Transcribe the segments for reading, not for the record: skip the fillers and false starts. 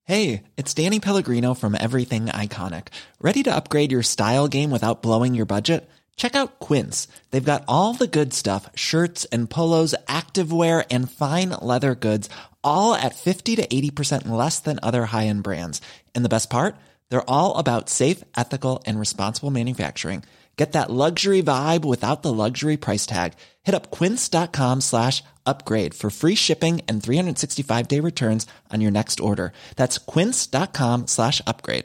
Hey, it's Danny Pellegrino from Everything Iconic. Ready to upgrade your style game without blowing your budget? Check out Quince. They've got all the good stuff, shirts and polos, activewear, and fine leather goods, all at 50 to 80% less than other high-end brands. And the best part? They're all about safe, ethical, and responsible manufacturing. Get that luxury vibe without the luxury price tag. Hit up quince.com/upgrade for free shipping and 365-day returns on your next order. That's quince.com/upgrade.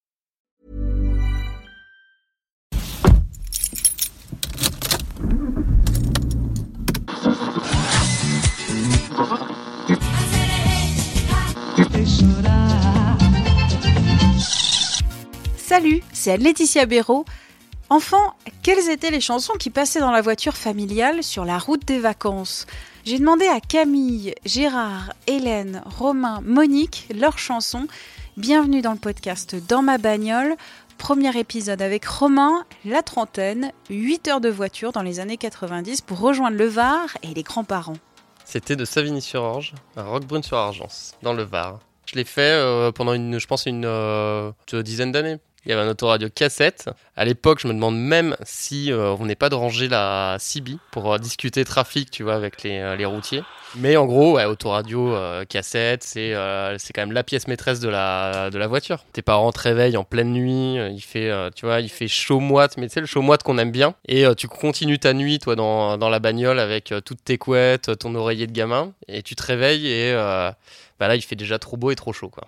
Salut, c'est Anne-Laetitia Béraud. Enfant, quelles étaient les chansons qui passaient dans la voiture familiale sur la route des vacances ? J'ai demandé à Camille, Gérard, Hélène, Romain, Monique leurs chansons. Bienvenue dans le podcast Dans ma bagnole. Premier épisode avec Romain, la trentaine, 8 heures de voiture dans les années 90 pour rejoindre le Var et les grands-parents. C'était de Savigny-sur-Orge à Roquebrune-sur-Argence, dans le Var. Je l'ai fait pendant une dizaine d'années. Il y avait un autoradio cassette. À l'époque, je me demande même si on n'est pas de ranger la CB pour discuter trafic, tu vois, avec les routiers. Mais en gros, ouais, autoradio cassette, c'est quand même la pièce maîtresse de la voiture. Tes parents te réveillent en pleine nuit, il fait chaud moite, mais tu sais le chaud moite qu'on aime bien. Et tu continues ta nuit, toi, dans la bagnole avec toutes tes couettes, ton oreiller de gamin, et tu te réveilles et là, il fait déjà trop beau et trop chaud, quoi.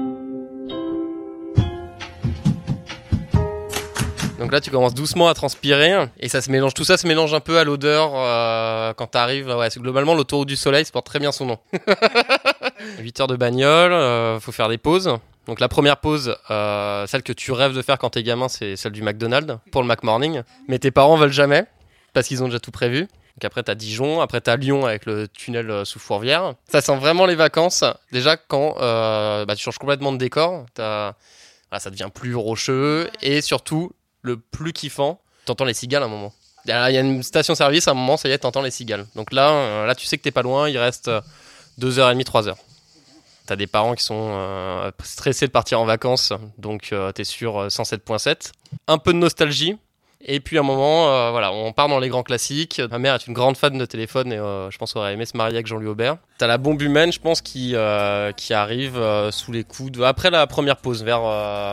Donc là, tu commences doucement à transpirer et ça se mélange. Tout ça se mélange un peu à l'odeur quand t'arrives. Ouais, globalement, l'autoroute du soleil, ça porte très bien son nom. 8 heures de bagnole, faut faire des pauses. Donc la première pause, celle que tu rêves de faire quand t'es gamin, c'est celle du McDonald's pour le McMorning. Mais tes parents veulent jamais parce qu'ils ont déjà tout prévu. Donc après, t'as Dijon, après t'as Lyon avec le tunnel sous Fourvière. Ça sent vraiment les vacances. Déjà quand tu changes complètement de décor, ça devient plus rocheux et surtout le plus kiffant, t'entends les cigales à un moment. Il y a une station-service, à un moment, ça y est, t'entends les cigales. Donc là, tu sais que t'es pas loin, il reste 2h30, 3h. T'as des parents qui sont stressés de partir en vacances, donc t'es sur 107.7. Un peu de nostalgie. Et puis à un moment, on part dans les grands classiques. Ma mère est une grande fan de téléphone et je pense qu'elle aurait aimé se marier avec Jean-Louis Aubert. T'as la bombe humaine, je pense, qui arrive sous les coups après la première pause, vers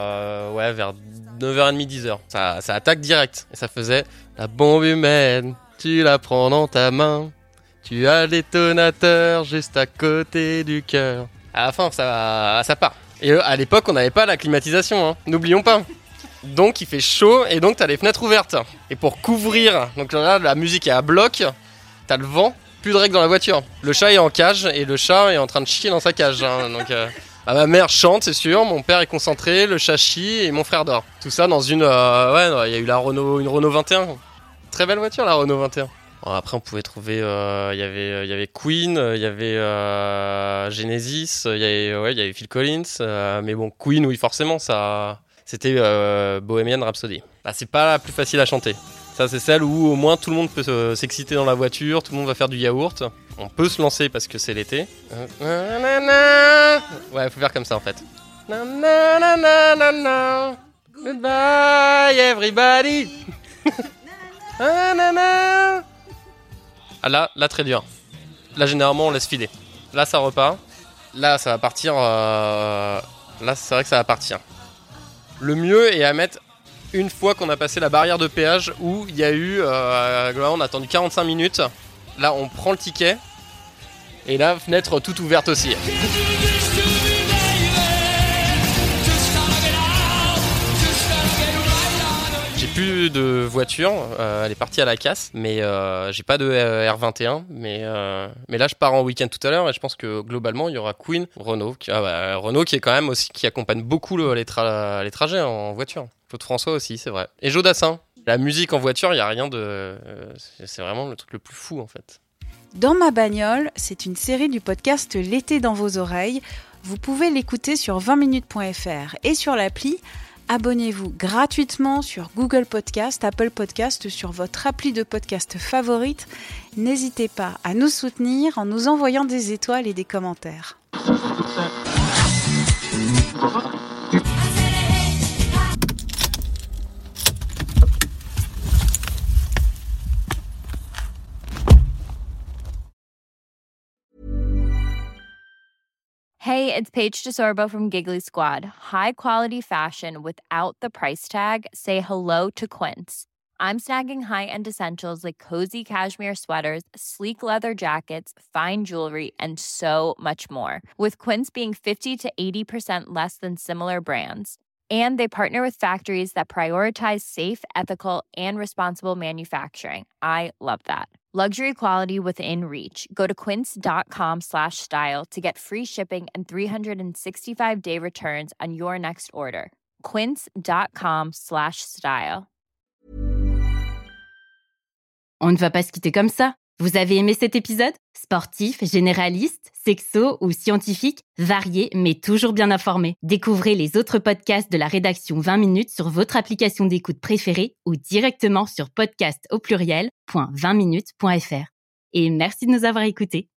9h30, 10h. Ça attaque direct. Et ça faisait la bombe humaine, tu la prends dans ta main. Tu as le détonateur juste à côté du cœur. À la fin, ça part. Et à l'époque, on n'avait pas la climatisation, hein. N'oublions pas. Donc il fait chaud et donc t'as les fenêtres ouvertes. Et pour couvrir, donc là la musique est à bloc, t'as le vent, plus de règles dans la voiture. Le chat est en cage et le chat est en train de chier dans sa cage, hein. Donc ma mère chante, c'est sûr, mon père est concentré, le chat chie et mon frère dort. Tout ça dans une il y a eu une Renault 21. Très belle voiture la Renault 21. Alors après on pouvait trouver il y avait Queen, il y avait Genesis, il y avait Phil Collins, mais bon Queen oui forcément ça c'était Bohemian Rhapsody. Bah, c'est pas la plus facile à chanter. Ça, c'est celle où au moins tout le monde peut s'exciter dans la voiture, tout le monde va faire du yaourt. On peut se lancer parce que c'est l'été. Ouais, faut faire comme ça en fait. Goodbye everybody. Ah là très dur. Là généralement on laisse filer. Là ça repart. Là ça va partir. Là c'est vrai que ça va partir. Le mieux est à mettre une fois qu'on a passé la barrière de péage où il y a eu, on a attendu 45 minutes. Là, on prend le ticket et la fenêtre toute ouverte aussi. J'ai plus de voiture, elle est partie à la casse, mais j'ai pas de R21. Mais là, je pars en week-end tout à l'heure et je pense que globalement, il y aura Queen, Renault qui est quand même aussi qui accompagne beaucoup les trajets en voiture. Claude François aussi, c'est vrai. Et Jodassin. La musique en voiture, il y a rien de, c'est vraiment le truc le plus fou en fait. Dans ma bagnole, c'est une série du podcast L'été dans vos oreilles. Vous pouvez l'écouter sur 20minutes.fr et sur l'appli. Abonnez-vous gratuitement sur Google Podcast, Apple Podcast, sur votre appli de podcast favorite. N'hésitez pas à nous soutenir en nous envoyant des étoiles et des commentaires. Hey, it's Paige DeSorbo from Giggly Squad. High quality fashion without the price tag. Say hello to Quince. I'm snagging high-end essentials like cozy cashmere sweaters, sleek leather jackets, fine jewelry, and so much more. With Quince being 50 to 80% less than similar brands. And they partner with factories that prioritize safe, ethical, and responsible manufacturing. I love that. Luxury quality within reach. Go to quince.com/style to get free shipping and 365-day returns on your next order. Quince.com/style. On ne va pas se quitter comme ça. Vous avez aimé cet épisode ? Sportif, généraliste, sexo ou scientifique, varié mais toujours bien informé. Découvrez les autres podcasts de la rédaction 20 minutes sur votre application d'écoute préférée ou directement sur podcast@20minutes.fr. Et merci de nous avoir écoutés.